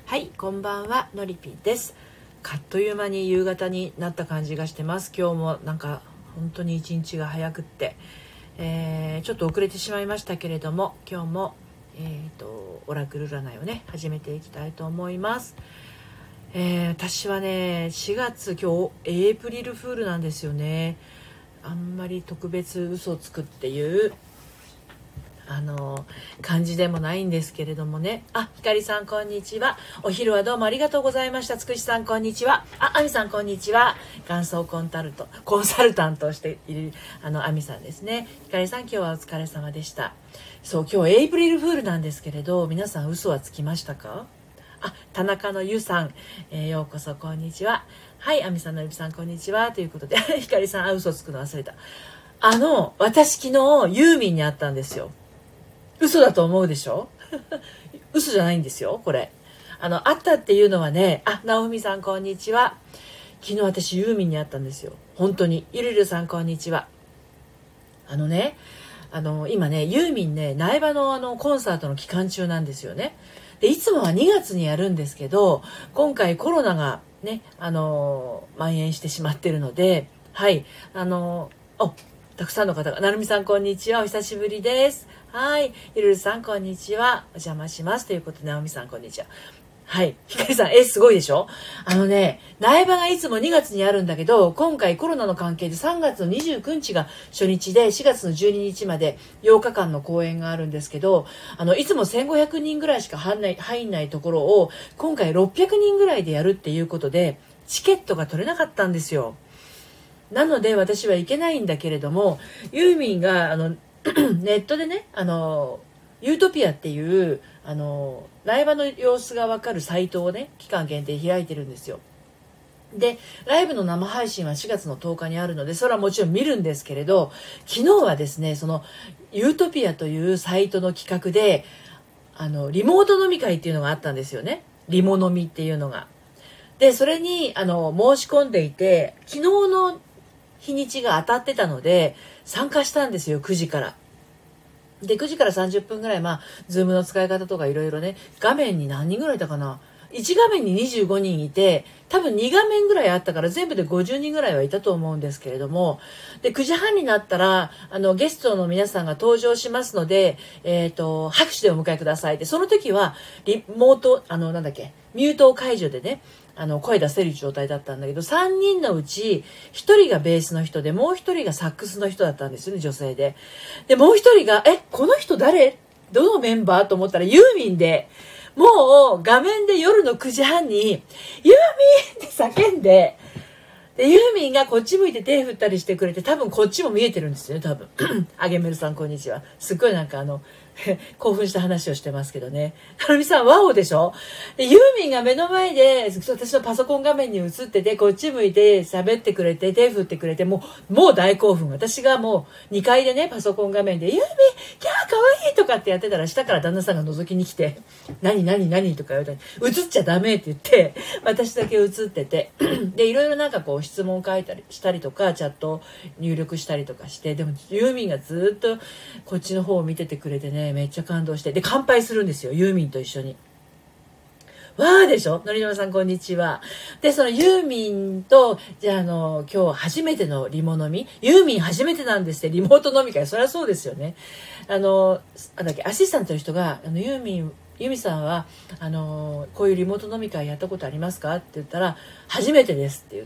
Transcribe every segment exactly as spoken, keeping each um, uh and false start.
はい、こんばんは、のりぴです。あっという間に夕方になった感じがしてます。今日もなんか本当に一日が早くって、えー、ちょっと遅れてしまいましたけれども、今日も、えーと、オラクル占いをね始めていきたいと思います。えー、私はねしがつ今日エイプリルフールなんですよね。あんまり特別嘘をつくっていうあの感じでもないんですけれどもね。あ、ひかりさんこんにちは。お昼はどうもありがとうございました。つくしさんこんにちは。あ、あみさんこんにちは。元祖コンタルトコンサルタントをしているあのあみさんですね。ひかりさん今日はお疲れ様でした。そう、今日エイプリルフールなんですけれど、皆さん嘘はつきましたか？あ、田中のゆさん、えー、ようこそこんにちは。はい、あみさんのりぴさんこんにちはということでひかりさん、あ、嘘つくの忘れた。あの私昨日ユーミンに会ったんですよ。嘘だと思うでしょ嘘じゃないんですよこれ。あの会ったっていうのはね、あ、なおみさんこんにちは。昨日私ユーミンに会ったんですよ。本当に。ゆるるさんこんにちは。あのね、あの今ねユーミンね苗場のあのコンサートの期間中なんですよね。でいつもはにがつにやるんですけど、今回コロナがねあの蔓延してしまってるので、はいあのおたくさんの方が、なるみさんこんにちは、お久しぶりです。はい、ゆるるさんこんにちは、お邪魔しますということで、なおみさんこんにちは。はい、ひかりさん、えすごいでしょ。あのね苗場がいつもにがつにあるんだけど、今回コロナの関係でさんがつのにじゅうくにちが初日で、しがつのじゅうににちまでようかかんの公演があるんですけど、あのいつもせんごひゃくにんぐらいしか入んない入んないところを今回ろっぴゃくにんぐらいでやるっていうことで、チケットが取れなかったんですよ。なので私は行けないんだけれども、ユーミンがあのネットでね、あのユートピアっていうあのライブの様子が分かるサイトをね期間限定開いてるんですよ。でライブの生配信はしがつのとおかにあるので、それはもちろん見るんですけれど、昨日はですねそのユートピアというサイトの企画であのリモート飲み会っていうのがあったんですよね。リモ飲みっていうのが。でそれにあの申し込んでいて、昨日の日にちが当たってたので参加したんですよ。くじからでくじからさんじゅっぷんぐらい、まあズームの使い方とかいろいろね、画面に何人ぐらいいたかな、いち画面ににじゅうごにんいて、多分に画面ぐらいあったから全部でごじゅうにんぐらいはいたと思うんですけれども、でくじはんになったらあのゲストの皆さんが登場しますので、えーと、拍手でお迎えください。でその時はリモートあのなんだっけミュート解除でね、あの声出せる状態だったんだけど、さんにんのうちひとりがベースの人で、もうひとりがサックスの人だったんですよね、女性で。でもうひとりがえこの人誰、どのメンバーと思ったらユーミンで、もう画面で夜のくじはんにユーミンって叫んで、でユーミンがこっち向いて手振ったりしてくれて、多分こっちも見えてるんですよね、多分あげめるさんこんにちは。すっごいなんかあの興奮した話をしてますけどね。はるみさんワオでしょ。でユーミンが目の前で私のパソコン画面に映ってて、こっち向いて喋ってくれて手振ってくれて、もうもう大興奮。私がもうにかいでねパソコン画面でユーミンキャーかわいいとかってやってたら、下から旦那さんが覗きに来て何何何とか言われたり、映っちゃダメって言って私だけ映っててでいろいろなんかこう質問書いたりしたりとか、チャット入力したりとかして、でもユーミンがずっとこっちの方を見ててくれてね、めっちゃ感動して、で乾杯するんですよ、ユーミンと一緒に。わーでしょ。のりのまさんこんにちは。でそのユーミンと、じゃあ、あの今日初めてのリモ飲み、ユーミン初めてなんですって、リモート飲み会。そりゃそうですよね。あのあだっけアシスタントの人が、あのユーミンユミさんはあのこういうリモート飲み会やったことありますかって言ったら、初めてですって言って、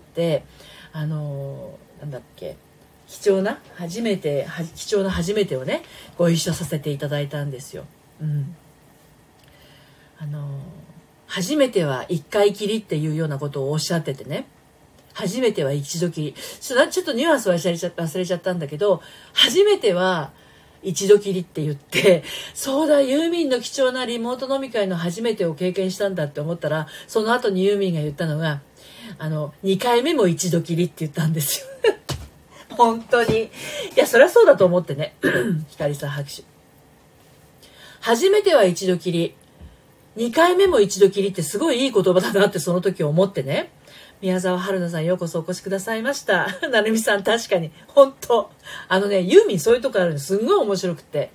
あのなんだっけ貴重な初めて貴重な初めてをねご一緒させていただいたんですよ。うん、あの初めてはいっかいきりっていうようなことをおっしゃっててね、初めては一度きり、ちょっとニュアンス忘れちゃ忘れちゃったんだけど、初めては一度きりって言って、そうだユーミンの貴重なリモート飲み会の初めてを経験したんだって思ったら、その後にユーミンが言ったのが、あのにかいめも一度きりって言ったんですよ本当に。いやそりゃそうだと思ってねひかりさん拍手。初めては一度きり、にかいめも一度きりってすごいいい言葉だなってその時思ってね。宮沢春菜さんようこそお越しくださいました。なるみさん確かに本当あのねユーミンそういうとこあるのすんごい面白くて、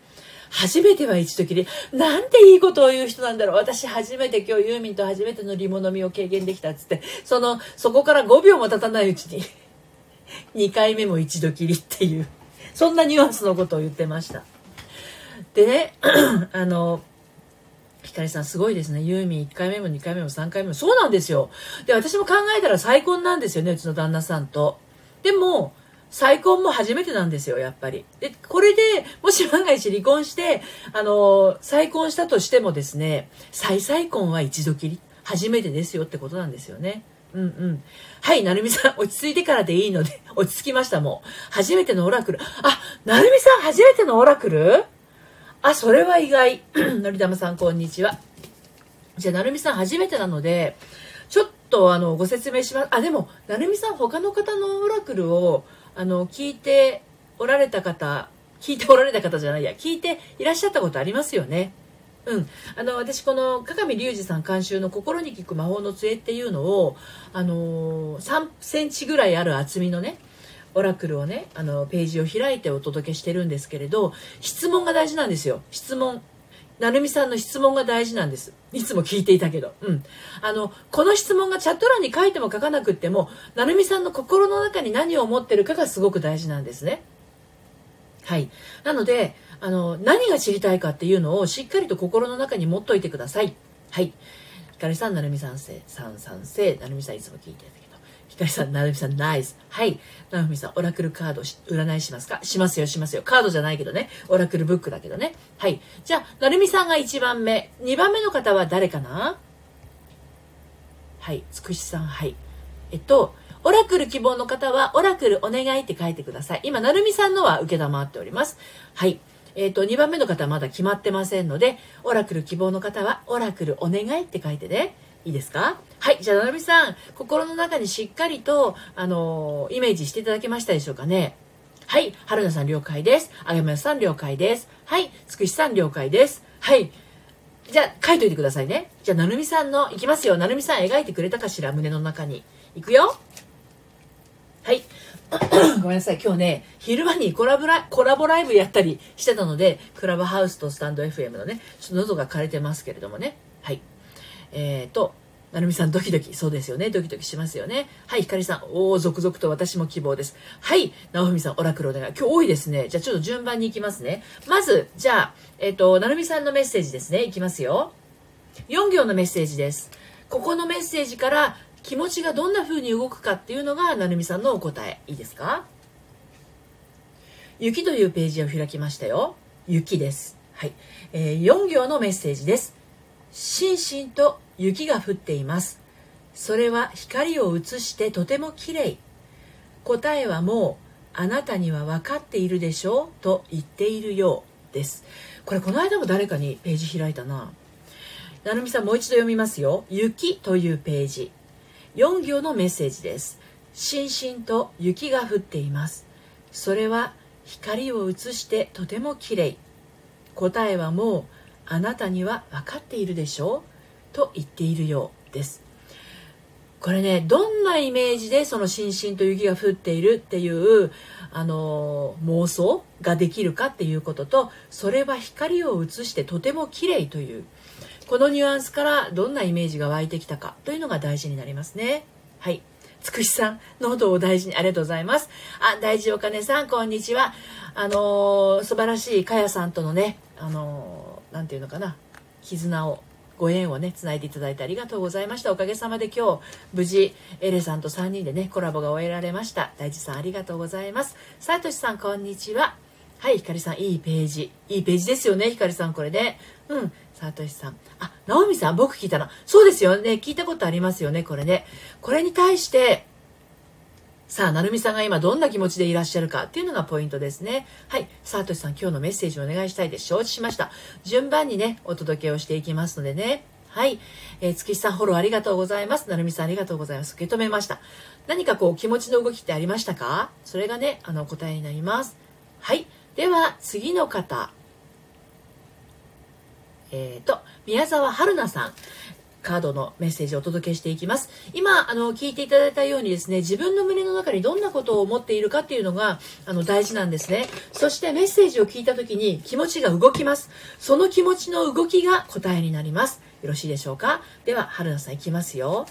初めては一度きり。なんていいことを言う人なんだろう。私初めて今日ユーミンと初めてのリモ飲みを経験できたっつって、その、そこからごびょうも経たないうちに、にかいめも一度きりっていう、そんなニュアンスのことを言ってました。でね、あの、ひかりさんすごいですね。ユーミンいっかいめもにかいめもさんかいめも。そうなんですよ。で、私も考えたら再婚なんですよね。うちの旦那さんと。でも、再婚も初めてなんですよ、やっぱり。で、これで、もし万が一離婚して、あの、再婚したとしてもですね、再々婚は一度きり。初めてですよってことなんですよね。うんうん。はい、なるみさん、落ち着いてからでいいので、落ち着きました、もう。初めてのオラクル。あ、なるみさん、初めてのオラクル？あ、それは意外。のりたまさん、こんにちは。じゃあ、なるみさん、初めてなので、ちょっと、あの、ご説明します。あ、でも、なるみさん、他の方のオラクルを、あの、聞いておられた方、聞いておられた方じゃないや、聞いていらっしゃったことありますよね。うん。あの、私、この、加賀見隆二さん監修の心に聞く魔法の杖っていうのを、あのー、さんセンチぐらいある厚みのね、オラクルをね、あの、ページを開いてお届けしてるんですけれど、質問が大事なんですよ。質問。なるみさんの質問が大事なんです。いつも聞いていたけど。うん。あの、この質問がチャット欄に書いても書かなくっても、なるみさんの心の中に何を持ってるかがすごく大事なんですね。はい。なので、あの、何が知りたいかっていうのをしっかりと心の中に持っといてください。はい。ひかりさん、なるみさんせい、さんさんせい、なるみさんいつも聞いてるけど。ひかりさん、なるみさん、ナイス。はい。なるみさん、オラクルカード占いしますか？しますよ、しますよ。カードじゃないけどね。オラクルブックだけどね。はい。じゃあ、なるみさんがいちばんめ。にばんめの方は誰かな？はい。つくしさん、はい。えっと、オラクル希望の方は、オラクルお願いって書いてください。今、なるみさんのは受けたまっております。はい。えっと、にばんめの方はまだ決まってませんので、オラクル希望の方は、オラクルお願いって書いてね。いいですか？はい。じゃあ、なるみさん、心の中にしっかりと、あのー、イメージしていただけましたでしょうかね。はい。春菜さん了解です。あげまさん了解です。はい。つくしさん了解です。はい。じゃあ、書いといてくださいね。じゃあ、なるみさんの、いきますよ。なるみさん描いてくれたかしら？胸の中に。いくよ。はい。ごめんなさい。今日ね、昼間にコラボライ、コラボライブやったりしてたので、クラブハウスとスタンド エフエム のね、ちょっと喉が枯れてますけれどもね。はい。えーと、なるみさんドキドキ。そうですよね。ドキドキしますよね。はい。ひかりさん。おー、続々と私も希望です。はい。なおふみさん、オラクルお願い。今日多いですね。じゃあちょっと順番に行きますね。まず、じゃあ、えっと、なるみさんのメッセージですね。いきますよ。よん行のメッセージです。ここのメッセージから気持ちがどんな風に動くかっていうのがなるみさんのお答え。いいですか？雪というページを開きましたよ。雪です。はい。えー、よん行のメッセージです。しんしんと雪が降っています。それは光を映してとても綺麗。答えはもうあなたには分かっているでしょうと言っているようです。これこの間も誰かにページ開いたな。なるみさんもう一度読みますよ。雪というページ。よん行のメッセージです。しんしんと雪が降っています。それは光を映してとても綺麗。答えはもうあなたには分かっているでしょうと言っているようです。これね、どんなイメージでそのしんしんと雪が降っているっていうあの妄想ができるかっていうことと、それは光を映してとても綺麗というこのニュアンスからどんなイメージが湧いてきたかというのが大事になりますね。はい。つくしさん、喉を大事にありがとうございます。あ、大事お金さん、こんにちは。あのー、素晴らしいかやさんとのね、あのー、なんていうのかな、絆を、ご縁をね、つないでいただいてありがとうございました。おかげさまで今日、無事、エレさんとさんにんでね、コラボが終えられました。大地さん、ありがとうございます。さとしさん、こんにちは。はい、ひかりさん、いいページ。いいページですよね、ひかりさん、これね。うん、さとしさん。あ、なおみさん、僕聞いたな。そうですよね、聞いたことありますよね、これね。これに対して、さあ、なるみさんが今どんな気持ちでいらっしゃるかっていうのがポイントですね。はい。さとしさん、今日のメッセージをお願いしたいです。承知しました。順番にね、お届けをしていきますのでね。はい。えー、月さん、フォローありがとうございます。なるみさん、ありがとうございます。受け止めました。何かこう、気持ちの動きってありましたか？それがね、あの、答えになります。はい。では、次の方。えっと、宮沢春菜さん。 カードのメッセージをお届けしていきます。今あの聞いていただいたようにですね、自分の胸の中にどんなことを思っているかっていうのがあの大事なんですね。そしてメッセージを聞いた時に気持ちが動きます。その気持ちの動きが答えになります。よろしいでしょうか。では春菜さんいきますよ。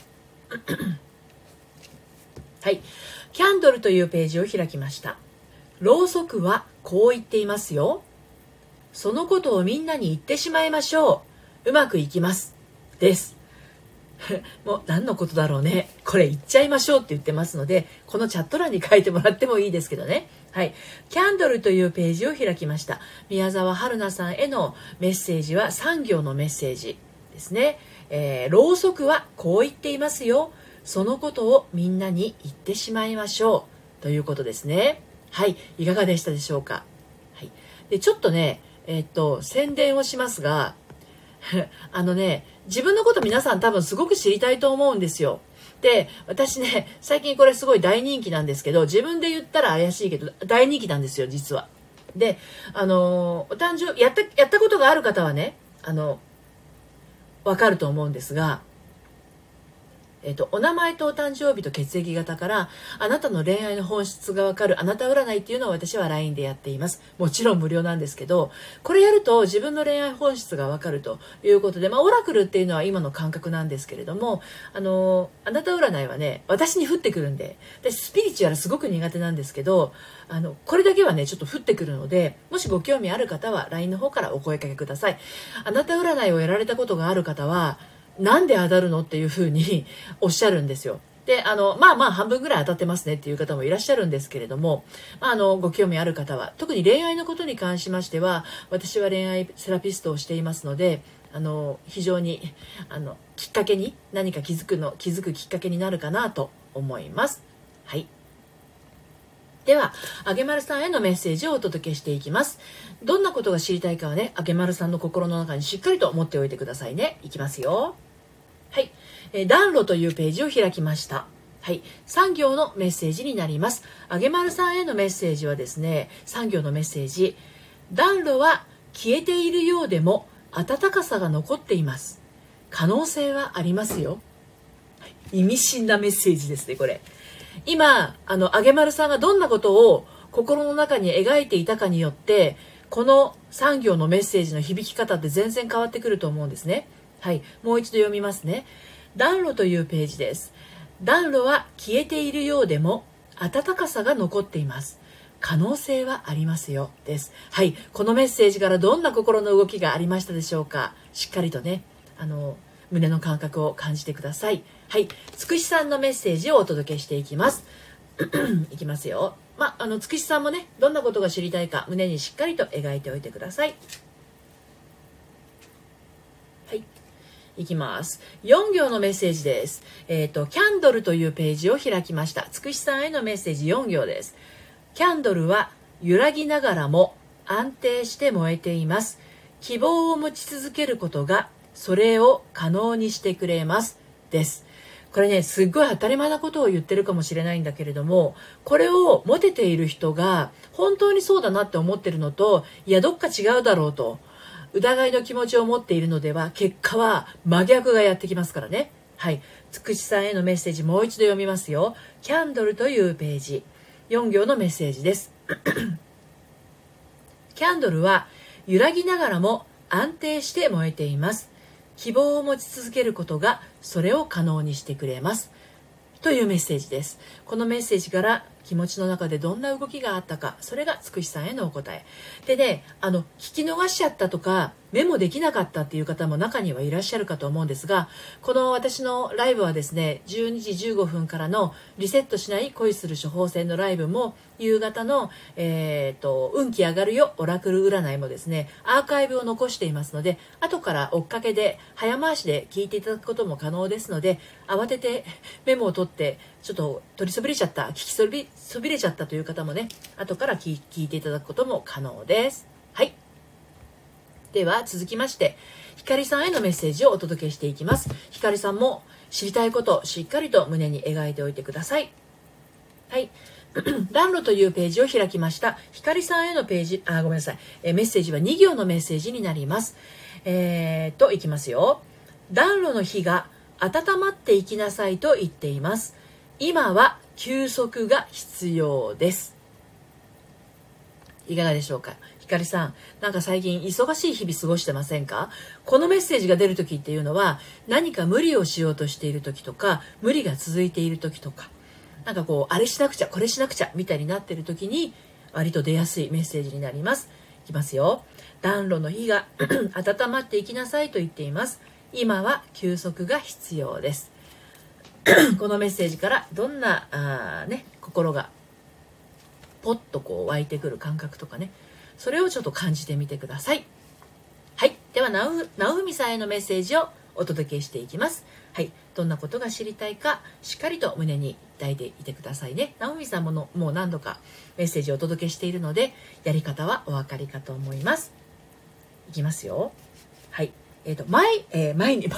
はい、キャンドルというページを開きました。ろうそくはこう言っていますよ。そのことをみんなに言ってしまいましょう。うまくいきますですもう何のことだろうね。これ言っちゃいましょうって言ってますので、このチャット欄に書いてもらってもいいですけどね。はい。キャンドルというページを開きました。宮沢春菜さんへのメッセージはさん行のメッセージですね。えー、ろうそくはこう言っていますよ。そのことをみんなに言ってしまいましょう。ということですね。はい。いかがでしたでしょうか。はい。で、ちょっとね、えー、っと、宣伝をしますが、あのね、自分のこと皆さん多分すごく知りたいと思うんですよ。で、私ね、最近これすごい大人気なんですけど、自分で言ったら怪しいけど、大人気なんですよ、実は。で、あの、お誕生日、やった、やったことがある方はね、あの、わかると思うんですが、えっと、お名前とお誕生日と血液型からあなたの恋愛の本質がわかるあなた占いっていうのを私は ライン でやっています。もちろん無料なんですけど、これやると自分の恋愛本質がわかるということで、まあ、オラクルっていうのは今の感覚なんですけれども、あのあなた占いはね、私に降ってくるんで、私スピリチュアルすごく苦手なんですけど、あのこれだけはねちょっと降ってくるので、もしご興味ある方は ライン の方からお声かけください。あなた占いをやられたことがある方はなんで当たるのっていうふうにおっしゃるんですよ。で、あの、まあまあ半分ぐらい当たってますねっていう方もいらっしゃるんですけれども、まあ、あの、ご興味ある方は、特に恋愛のことに関しましては、私は恋愛セラピストをしていますので、あの、非常に、あの、きっかけに、何か気づくの、気づくきっかけになるかなと思います。はい。では、あげまるさんへのメッセージをお届けしていきます。どんなことが知りたいかはね、あげまるさんの心の中にしっかりと持っておいてくださいね。いきますよ。はい、えー、暖炉というページを開きました。はい、さん行のメッセージになります。あげまるさんへのメッセージはですね、さん行のメッセージ。暖炉は消えているようでも暖かさが残っています。可能性はありますよ。はい、意味深なメッセージですね、これ。今、あの、あげまるさんがどんなことを心の中に描いていたかによって、このさん行のメッセージの響き方って全然変わってくると思うんですね。はい、もう一度読みますね。暖炉というページです。暖炉は消えているようでも暖かさが残っています。可能性はありますよです。はい、このメッセージからどんな心の動きがありましたでしょうか。しっかりとね、あの胸の感覚を感じてください。はい、つくしさんのメッセージをお届けしていきます。いきますよ。まあ、あのつくしさんもね、どんなことが知りたいか胸にしっかりと描いておいてください。はい。いきます。よん行のメッセージです。えっと、キャンドルというページを開きました。つくしさんへのメッセージよん行です。キャンドルは揺らぎながらも安定して燃えています。希望を持ち続けることがそれを可能にしてくれます。です。これね、すっごい当たり前なことを言ってるかもしれないんだけれども、これを持てている人が本当にそうだなって思ってるのと、いや、どっか違うだろうと。疑いの気持ちを持っているのでは結果は真逆がやってきますからね。はい、つくしさんへのメッセージもう一度読みますよ。キャンドルというページよん行のメッセージですキャンドルは揺らぎながらも安定して燃えています。希望を持ち続けることがそれを可能にしてくれますというメッセージです。このメッセージから気持ちの中でどんな動きがあったか、それがつくしさんへのお答えでね、あの聞き逃しちゃったとかメモできなかったっていう方も中にはいらっしゃるかと思うんですが、この私のライブはですね、じゅうにじじゅうごふんからのリセットしない恋する処方箋のライブも、夕方の、えー、と運気上がるよオラクル占いもですね、アーカイブを残していますので、後から追っかけで早回しで聞いていただくことも可能ですので、慌ててメモを取ってちょっと取りそびれちゃった、聞きそびそびれちゃったという方もね、後から聞いていただくことも可能です。はい、では続きまして、ひかりさんへのメッセージをお届けしていきます。ひかりさんも知りたいことをしっかりと胸に描いておいてください。はい、暖炉というページを開きました。ひかりさんへのページ、あ、ごめんなさい、えメッセージはに行のメッセージになります。えー、っといきますよ。 暖炉の火が温まっていきなさいと言っています。今は休息が必要です。いかがでしょうか。ひかりさん、なんか最近忙しい日々過ごしてませんか？このメッセージが出る時っていうのは、何か無理をしようとしている時とか、無理が続いている時とか、なんかこう、あれしなくちゃ、これしなくちゃ、みたいになっている時に、割と出やすいメッセージになります。いきますよ。暖炉の火が温まっていきなさいと言っています。今は休息が必要です。このメッセージからどんなあ、ね、心がポッとこう湧いてくる感覚とかね、それをちょっと感じてみてください。はい、ではなうなうみさんへのメッセージをお届けしていきます。はい、どんなことが知りたいかしっかりと胸に抱いていてくださいね。なおみさんものもう何度かメッセージをお届けしているので、やり方はお分かりかと思います。いきますよ。はい、えっ、ー、と毎、えー、毎日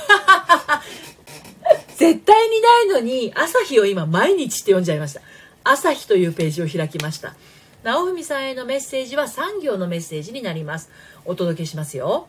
絶対にないのに朝日を今毎日って読んじゃいました。朝日というページを開きました。なおふみさんへのメッセージはさん行のメッセージになります。お届けしますよ。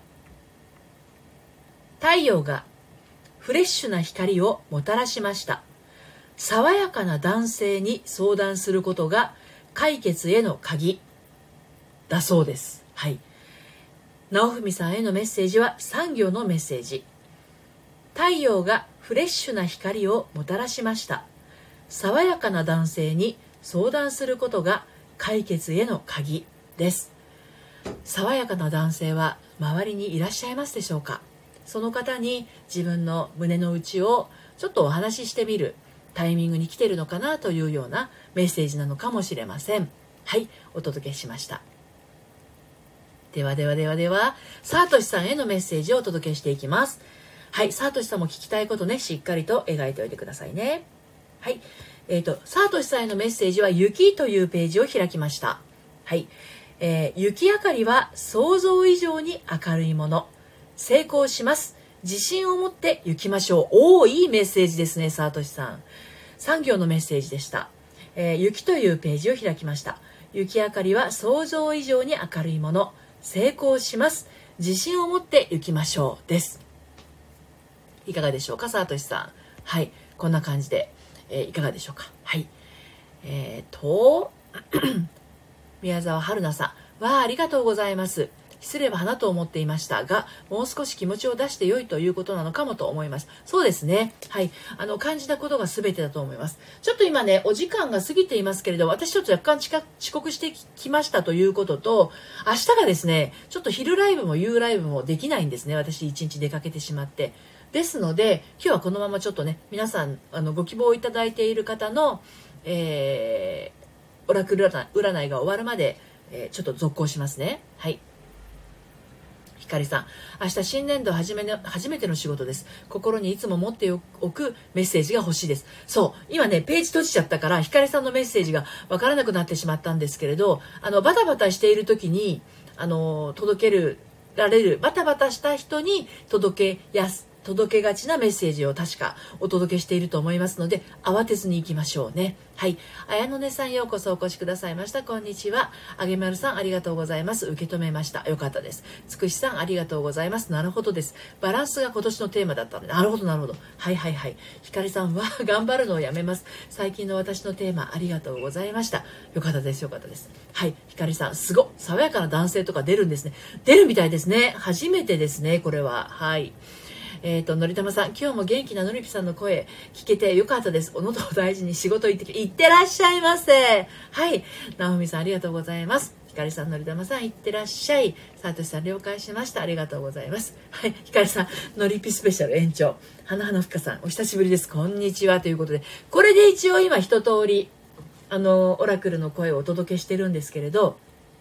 太陽がフレッシュな光をもたらしました。爽やかな男性に相談することが解決への鍵だそうです。はい。なおふみさんへのメッセージはさん行のメッセージ。太陽がフレッシュな光をもたらしました。爽やかな男性に相談することが解決への鍵です。爽やかな男性は周りにいらっしゃいますでしょうか？その方に自分の胸の内をちょっとお話ししてみるタイミングに来ているのかなというようなメッセージなのかもしれません。はい、お届けしました。ではではではでは、さとしさんへのメッセージをお届けしていきます。はい、さとしさんも聞きたいことね、しっかりと描いておいてくださいね。はい、えーと、さとしさんへのメッセージは雪というページを開きました。はい、えー、雪明かりは想像以上に明るいもの。成功します。自信を持って行きましょう。おー、いいメッセージですね、さとしさん。さん行のメッセージでした。えー、雪というページを開きました。雪明かりは想像以上に明るいもの。成功します。自信を持って行きましょう。です。いかがでしょうか、さとしさん。はい、こんな感じで、えー、いかがでしょうか。はい。えーと、宮沢春菜さん。わあ、ありがとうございます。失礼は花と思っていましたが、もう少し気持ちを出して良いということなのかもと思います。そうですね。はい。あの、感じたことが全てだと思います。ちょっと今ね、お時間が過ぎていますけれど、私ちょっと若干遅刻してきましたということと、明日がですね、ちょっと昼ライブも夕ライブもできないんですね。私一日出かけてしまって。ですので、今日はこのままちょっとね、皆さん、あの、ご希望いただいている方の、えー、オラクル占いが終わるまで、えー、ちょっと続行しますね。はい。ひかりさん、明日新年度初めの初めての仕事です。心にいつも持っておくメッセージが欲しいです。そう、今ねページ閉じちゃったからひかりさんのメッセージがわからなくなってしまったんですけれど、あのバタバタしている時にあの届けるられるバタバタした人に届けやす届けがちなメッセージを確かお届けしていると思いますので、慌てずに行きましょうね。はい。綾野音さん、ようこそお越しくださいました。こんにちは。あげまるさん、ありがとうございます。受け止めました。よかったです。つくしさん、ありがとうございます。なるほどです。バランスが今年のテーマだったので、なるほどなるほど。はいはいはい。ひかりさんは頑張るのをやめます。最近の私のテーマ、ありがとうございました。よかったです。よかったです。はい。ひかりさん、すご。爽やかな男性とか出るんですね。出るみたいですね。初めてですね、これは。はい。えっと、のりたまさん、今日も元気なのりぴさんの声聞けてよかったです。お喉を大事に仕事行ってき、行ってらっしゃいませ。はい。なおみさん、ありがとうございます。ひかりさん、のりたまさん、行ってらっしゃい。さとしさん、了解しました。ありがとうございます。はい。ひかりさん、のりぴスペシャル延長。はなはなふかさん、お久しぶりです。こんにちは。ということで、これで一応今一通り、あの、オラクルの声をお届けしてるんですけれど、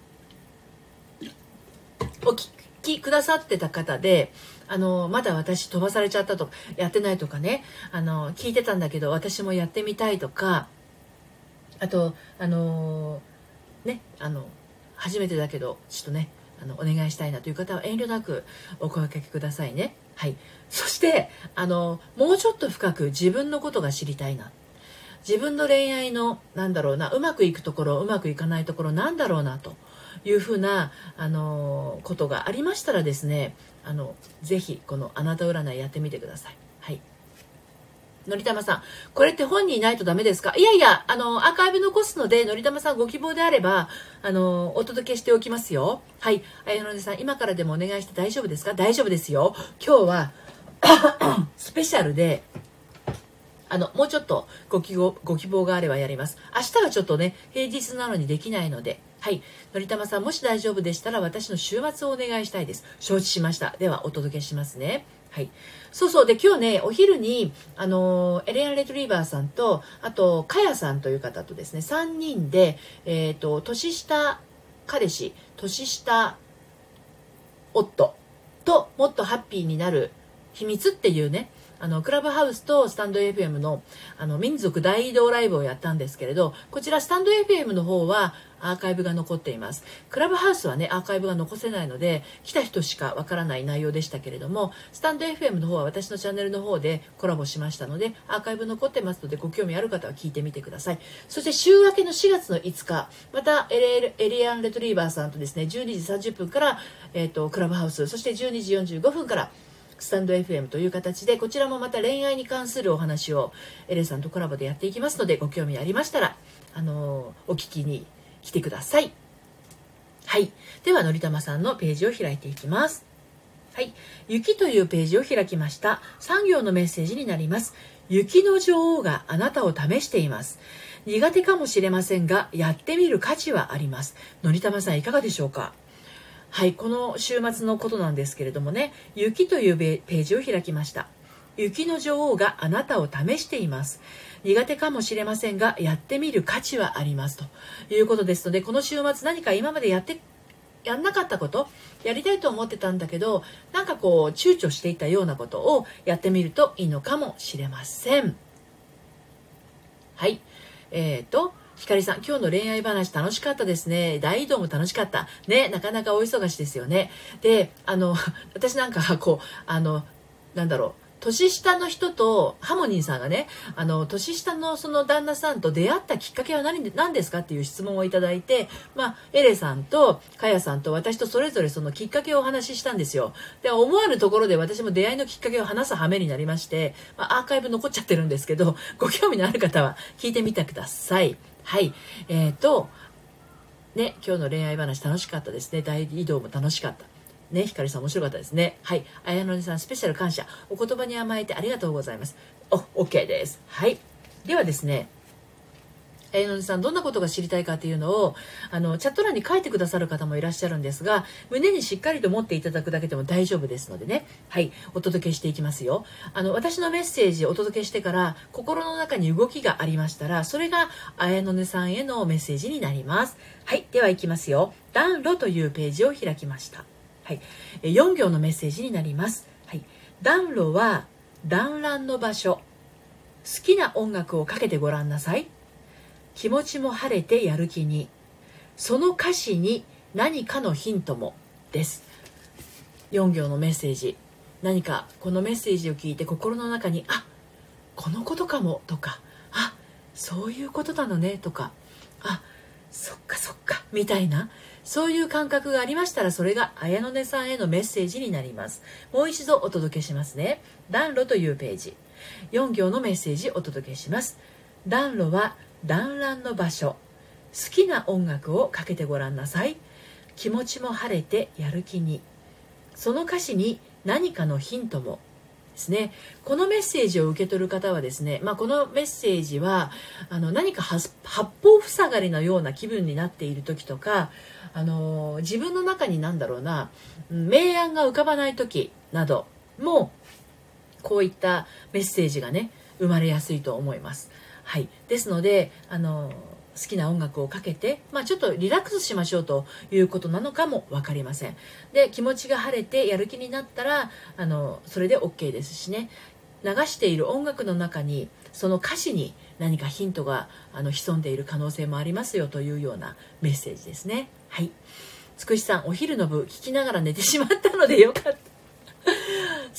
お聞きくださってた方で、あのまだ私飛ばされちゃったとかやってないとかね、あの聞いてたんだけど私もやってみたいとか、あとあのねあの初めてだけどちょっとねあのお願いしたいなという方は遠慮なくお声掛けくださいね。はい。そしてあのもうちょっと深く自分のことが知りたいな、自分の恋愛のなんだろうな、うまくいくところうまくいかないところなんだろうなというふうな、あのことがありましたらですね、あのぜひこのあなた占いやってみてください。はい。のりたまさん、これって本にいないとダメですか？いやいや、あの、アーカイブ残すので、のりたまさんご希望であれば、あの、お届けしておきますよ。はい。あやのねさん、今からでもお願いして大丈夫ですか？大丈夫ですよ。今日は、スペシャルで、あの、もうちょっとご希望、ご希望があればやります。明日はちょっとね、平日なのにできないので、はい。のりたまさん、もし大丈夫でしたら、私の週末をお願いしたいです。承知しました。では、お届けしますね。はい。そうそう。で、今日ね、お昼に、あの、エレアン・レトリーバーさんと、あと、かやさんという方とですね、さんにんで、えっと、年下彼氏、年下夫ともっとハッピーになる秘密っていうね、あの、クラブハウスとスタンド エフエム の、あの、民族大移動ライブをやったんですけれど、こちらスタンド エフエム の方はアーカイブが残っています。クラブハウスはね、アーカイブが残せないので、来た人しかわからない内容でしたけれども、スタンド エフエム の方は私のチャンネルの方でコラボしましたので、アーカイブ残ってますので、ご興味ある方は聞いてみてください。そして週明けのしがつのいつか、またエレ、エリアン・レトリーバーさんとですね、じゅうにじさんじゅっぷんから、えっと、クラブハウス、そしてじゅうにじよんじゅうごふんから、スタンド エフエム という形で、こちらもまた恋愛に関するお話をエレさんとコラボでやっていきますので、ご興味ありましたら、あのー、お聞きに来てください。はい。では、のりたまさんのページを開いていきます。はい。雪というページを開きました。さん行のメッセージになります。雪の女王があなたを試しています。苦手かもしれませんが、やってみる価値はあります。のりたまさん、いかがでしょうか？はい、この週末のことなんですけれどもね、雪というページを開きました。雪の女王があなたを試しています。苦手かもしれませんが、やってみる価値はありますということですので、この週末何か今までやってやんなかったこと、やりたいと思ってたんだけど、なんかこう躊躇していたようなことをやってみるといいのかもしれません。はい、えーとひかりさん、今日の恋愛話楽しかったですね。大移動も楽しかった。ね、なかなかお忙しですよね。で、あの、私なんかこう、あの、なんだろう、年下の人と、ハモニーさんがね、あの、年下のその旦那さんと出会ったきっかけは何で、何ですかっていう質問をいただいて、まあ、エレさんと、カヤさんと私とそれぞれそのきっかけをお話ししたんですよ。で、思わぬところで私も出会いのきっかけを話す羽目になりまして、まあ、アーカイブ残っちゃってるんですけど、ご興味のある方は聞いてみてください。はい。えーと、ね、今日の恋愛話楽しかったですね。大移動も楽しかった。ね、ひかりさん面白かったですね。はい。あやのりさん、スペシャル感謝。お言葉に甘えてありがとうございます。お、OK です。はい。ではですね、あやのりさん、どんなことが知りたいかというのを、あの、チャット欄に書いてくださる方もいらっしゃるんですが、胸にしっかりと持っていただくだけでも大丈夫ですのでね。はい。お届けしていきますよ。あの、私のメッセージをお届けしてから、心の中に動きがありましたら、それが、あやのねさんへのメッセージになります。はい。では、いきますよ。暖炉というページを開きました。はい。よん行のメッセージになります。はい。暖炉は、団らんの場所。好きな音楽をかけてごらんなさい。気持ちも晴れてやる気に、その歌詞に何かのヒントもです。よん行のメッセージ、何かこのメッセージを聞いて心の中に、あ、このことかもとか、あ、そういうことなのねとか、あ、そっかそっかみたいな、そういう感覚がありましたら、それがあやのねさんへのメッセージになります。もう一度お届けしますね。暖炉というページ、よん行のメッセージお届けします。暖炉は団らんの場所。好きな音楽をかけてごらんなさい。気持ちも晴れてやる気に。その歌詞に何かのヒントもですね。このメッセージを受け取る方はですね、まあ、このメッセージはあの何か八方塞がりのような気分になっている時とか、あの自分の中に何だろうな、明暗が浮かばない時なども、こういったメッセージがね、生まれやすいと思います。はい、ですので、あの好きな音楽をかけて、まあ、ちょっとリラックスしましょうということなのかも分かりません。で、気持ちが晴れてやる気になったら、あのそれで OK ですしね。流している音楽の中に、その歌詞に何かヒントがあの潜んでいる可能性もありますよというようなメッセージですね。はい。つくしさん、お昼の部聞きながら寝てしまったのでよかった。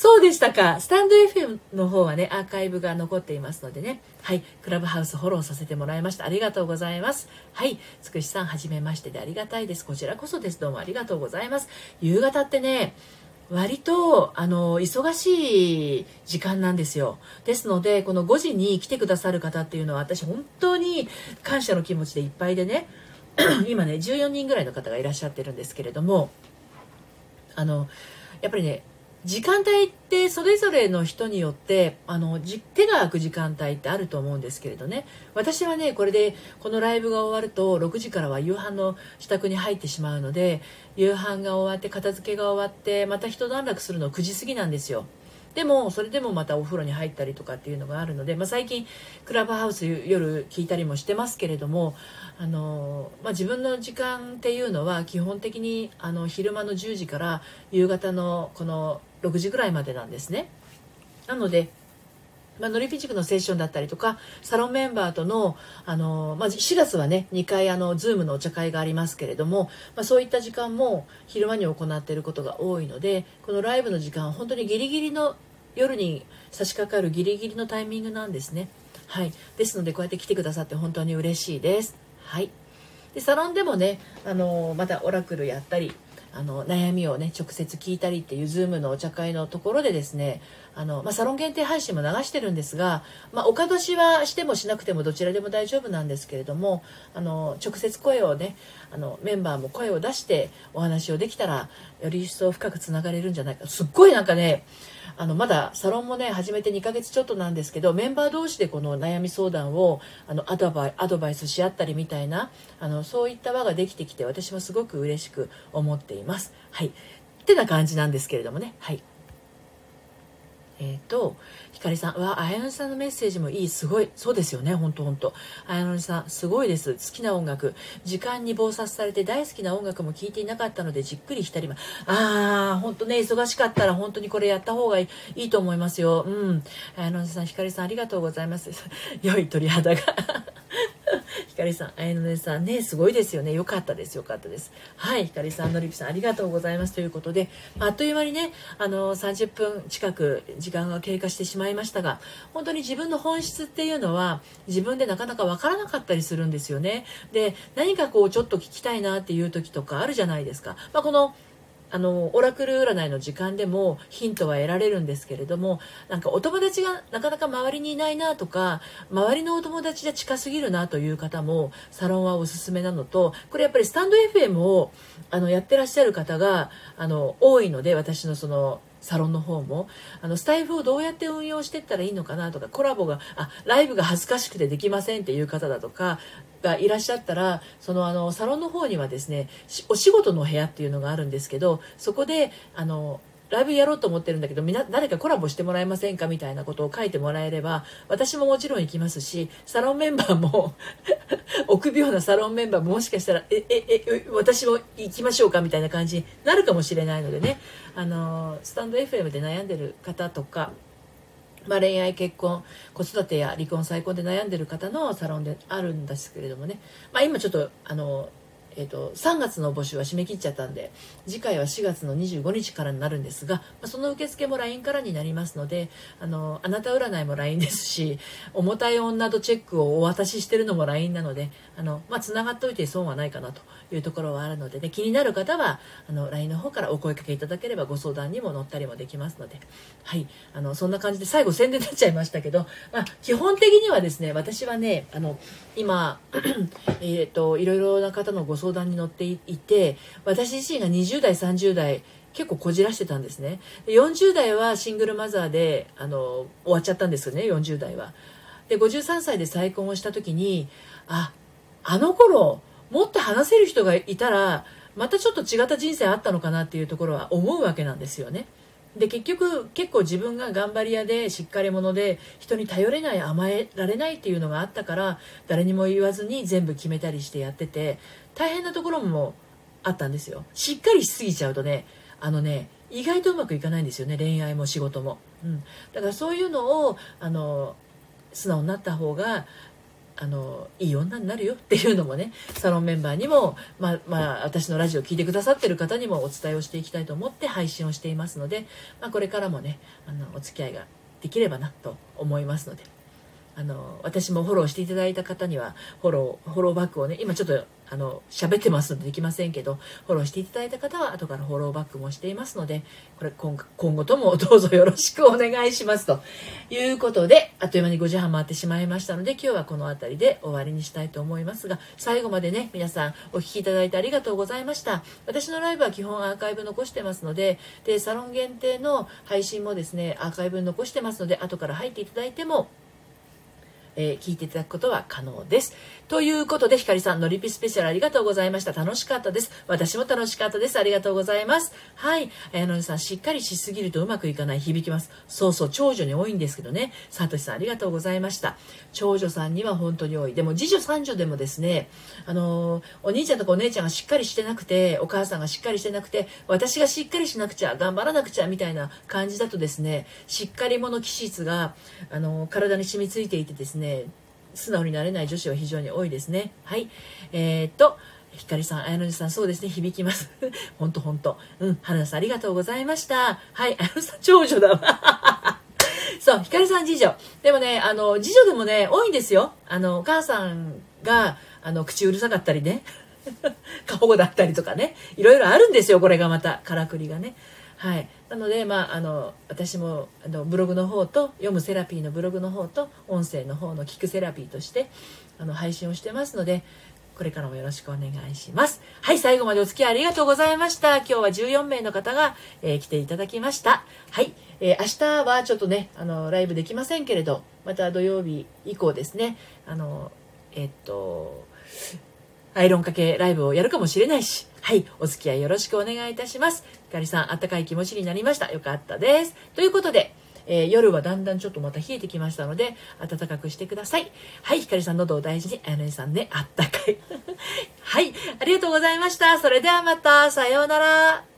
そうでしたか。スタンド エフエム の方はね、アーカイブが残っていますのでね。はい。クラブハウスフォローさせてもらいました。ありがとうございます。はい。つくしさん、はじめましてでありがたいです。こちらこそです。どうもありがとうございます。夕方ってね、割と、あの、忙しい時間なんですよ。ですので、このごじに来てくださる方っていうのは、私本当に感謝の気持ちでいっぱいでね、今ね、じゅうよにんぐらいの方がいらっしゃってるんですけれども、あの、やっぱりね、時間帯ってそれぞれの人によってあのじ手が空く時間帯ってあると思うんですけれどね、私はねこれでこのライブが終わるとろくじからは夕飯の支度に入ってしまうので、夕飯が終わって片付けが終わってまた一段落するのくじ過ぎなんですよ。でもそれでもまたお風呂に入ったりとかっていうのがあるので、まあ、最近クラブハウス夜聞いたりもしてますけれども、あの、まあ、自分の時間っていうのは基本的にあの昼間のじゅうじから夕方のこのろくじぐらいまでなんですね。なので、まあ、のりぴ塾のセッションだったりとかサロンメンバーとの、あの、まあ、しがつはねにかいあの Zoom のお茶会がありますけれども、まあ、そういった時間も昼間に行っていることが多いので、このライブの時間は本当にギリギリの夜に差し掛かるギリギリのタイミングなんですね。はい。ですのでこうやって来てくださって本当に嬉しいです。はい。でサロンでもね、あのまたオラクルやったり、あの悩みをね直接聞いたりっていう Zoom のお茶会のところでですね、あの、まあ、サロン限定配信も流してるんですが、まあ、お門しはしてもしなくてもどちらでも大丈夫なんですけれども、あの直接声をね、あのメンバーも声を出してお話をできたらより一層深くつながれるんじゃないか。すっごいなんかね、あのまだサロンもね始めてにかげつちょっとなんですけど、メンバー同士でこの悩み相談をあのアドバイアドバイスし合ったりみたいな、あのそういった輪ができてきて、私もすごく嬉しく思っています。はい。ってな感じなんですけれどもね。はい。えっ、ー、と、ひかりさん、うわ、あやのりさんのメッセージもいい、すごい、そうですよね、本当本当。あやのりさん、すごいです。好きな音楽、時間に忙殺されて大好きな音楽も聴いていなかったので、じっくり浸りま、あー、本当ね、忙しかったら本当にこれやった方がいい、いいと思いますよ。うん。あやのりさん、ひかりさん、ありがとうございます。良い鳥肌が。ひかりさん、あやのりさんね、すごいですよね。よかったです。よかったです。はい、ひかりさん、のりぴさん、ありがとうございます。ということで、あっという間にね、あの、さんじゅっぷん近く時間が経過してしまいましたが、本当に自分の本質っていうのは、自分でなかなかわからなかったりするんですよね。で、何かこう、ちょっと聞きたいなっていう時とかあるじゃないですか。まあ、この、あのオラクル占いの時間でもヒントは得られるんですけれども、なんかお友達がなかなか周りにいないなとか、周りのお友達じゃ近すぎるなという方もサロンはおすすめなのと、これやっぱりスタンド エフエム をあのやってらっしゃる方があの多いので、私のそのサロンの方もあのスタイフをどうやって運用していったらいいのかなとか、コラボがあライブが恥ずかしくてできませんっていう方だとかがいらっしゃったら、そのあのサロンの方にはですね、お仕事の部屋っていうのがあるんですけど、そこであのライブやろうと思ってるんだけど、みな誰かコラボしてもらえませんかみたいなことを書いてもらえれば、私ももちろん行きますし、サロンメンバーも臆病なサロンメンバーももしかしたらえええ私も行きましょうかみたいな感じになるかもしれないのでね、あのスタンド エフエム で悩んでる方とか、まあ、恋愛結婚子育てや離婚再婚で悩んでる方のサロンであるんですけれどもね、まあ、今ちょっとあのえー、とさんがつの募集は締め切っちゃったんで、次回はしがつのにじゅうごにちからになるんですが、まあ、その受付も ライン からになりますので、あのあなた占いも ライン ですし、重たい女とチェックをお渡ししてるのも ライン なので、あの、まあ、つながっておいて損はないかなというところはあるので、ね、気になる方はあの ライン の方からお声かけいただければご相談にも乗ったりもできますので、はい、あのそんな感じで最後宣伝になっちゃいましたけど、まあ、基本的にはですね、私はね、あの今えといろいろな方のご相談に乗っていて、私自身がにじゅうだいさんじゅうだい結構こじらしてたんですね。よんじゅうだいはシングルマザーであの終わっちゃったんですよね、よんじゅうだいは。でごじゅうさんさいで再婚をした時に、ああの頃もっと話せる人がいたらまたちょっと違った人生あったのかなっていうところは思うわけなんですよね。で結局結構自分が頑張り屋でしっかり者で人に頼れない、甘えられないっていうのがあったから、誰にも言わずに全部決めたりしてやってて大変なところもあったんですよ。しっかりしすぎちゃうとね、あのね意外とうまくいかないんですよね、恋愛も仕事も、うん、だからそういうのをあの素直になった方があのいい女になるよっていうのもね、サロンメンバーにも、まあまあ、私のラジオを聞いてくださってる方にもお伝えをしていきたいと思って配信をしていますので、まあ、これからもねあのお付き合いができればなと思いますので、あの私もフォローしていただいた方にはフォローフォローバックをね、今ちょっとあの喋ってますのでできませんけど、フォローしていただいた方は後からフォローバックもしていますので、これ 今, 今後ともどうぞよろしくお願いしますということで、あっという間にごじはん回ってしまいましたので、今日はこの辺りで終わりにしたいと思いますが、最後までね皆さんお聞きいただいてありがとうございました。私のライブは基本アーカイブ残してますので、でサロン限定の配信もですねアーカイブ残してますので、後から入っていただいてもえー、聞いていただくことは可能です。ということで、ひかりさん、のりぴスペシャルありがとうございました。楽しかったです。私も楽しかったです。ありがとうございます。はい。綾野さん、しっかりしすぎるとうまくいかない、響きます。そうそう、長女に多いんですけどね。さとしさん、ありがとうございました。長女さんには本当に多い。でも、次女、三女でもですね、あのー、お兄ちゃんとかお姉ちゃんがしっかりしてなくて、お母さんがしっかりしてなくて、私がしっかりしなくちゃ、頑張らなくちゃ、みたいな感じだとですね、しっかり者気質が、あのー、体に染みついていてですね、素直になれない女子は非常に多いですね。はい。えー、っと、ひかりさん、綾野さん、そうですね、響きます。ほんとほんと。うん、花田さん、ありがとうございました。はい、綾野さん、長女だわ。そう、ひかりさん、次女。でもね、あの、次女でもね、多いんですよ。あの、お母さんが、あの、口うるさかったりね。過保護だったりとかね。いろいろあるんですよ、これがまた、からくりがね。はい、なので、まあ、あの私もあのブログの方と読むセラピーのブログの方と音声の方の聞くセラピーとしてあの配信をしてますので、これからもよろしくお願いします。はい、最後までお付き合いありがとうございました。今日はじゅうよんめいの方が、えー、来ていただきました。はい、えー、明日はちょっとねあのライブできませんけれど、また土曜日以降ですね、あのえー、っとアイロンかけライブをやるかもしれないし、はい、お付き合いよろしくお願いいたします。ひかりさん、あったかい気持ちになりました。よかったです。ということで、えー、夜はだんだんちょっとまた冷えてきましたので、暖かくしてください。はい、ひかりさん、喉を大事に、あやのりさんね、あったかい。はい、ありがとうございました。それではまた、さようなら。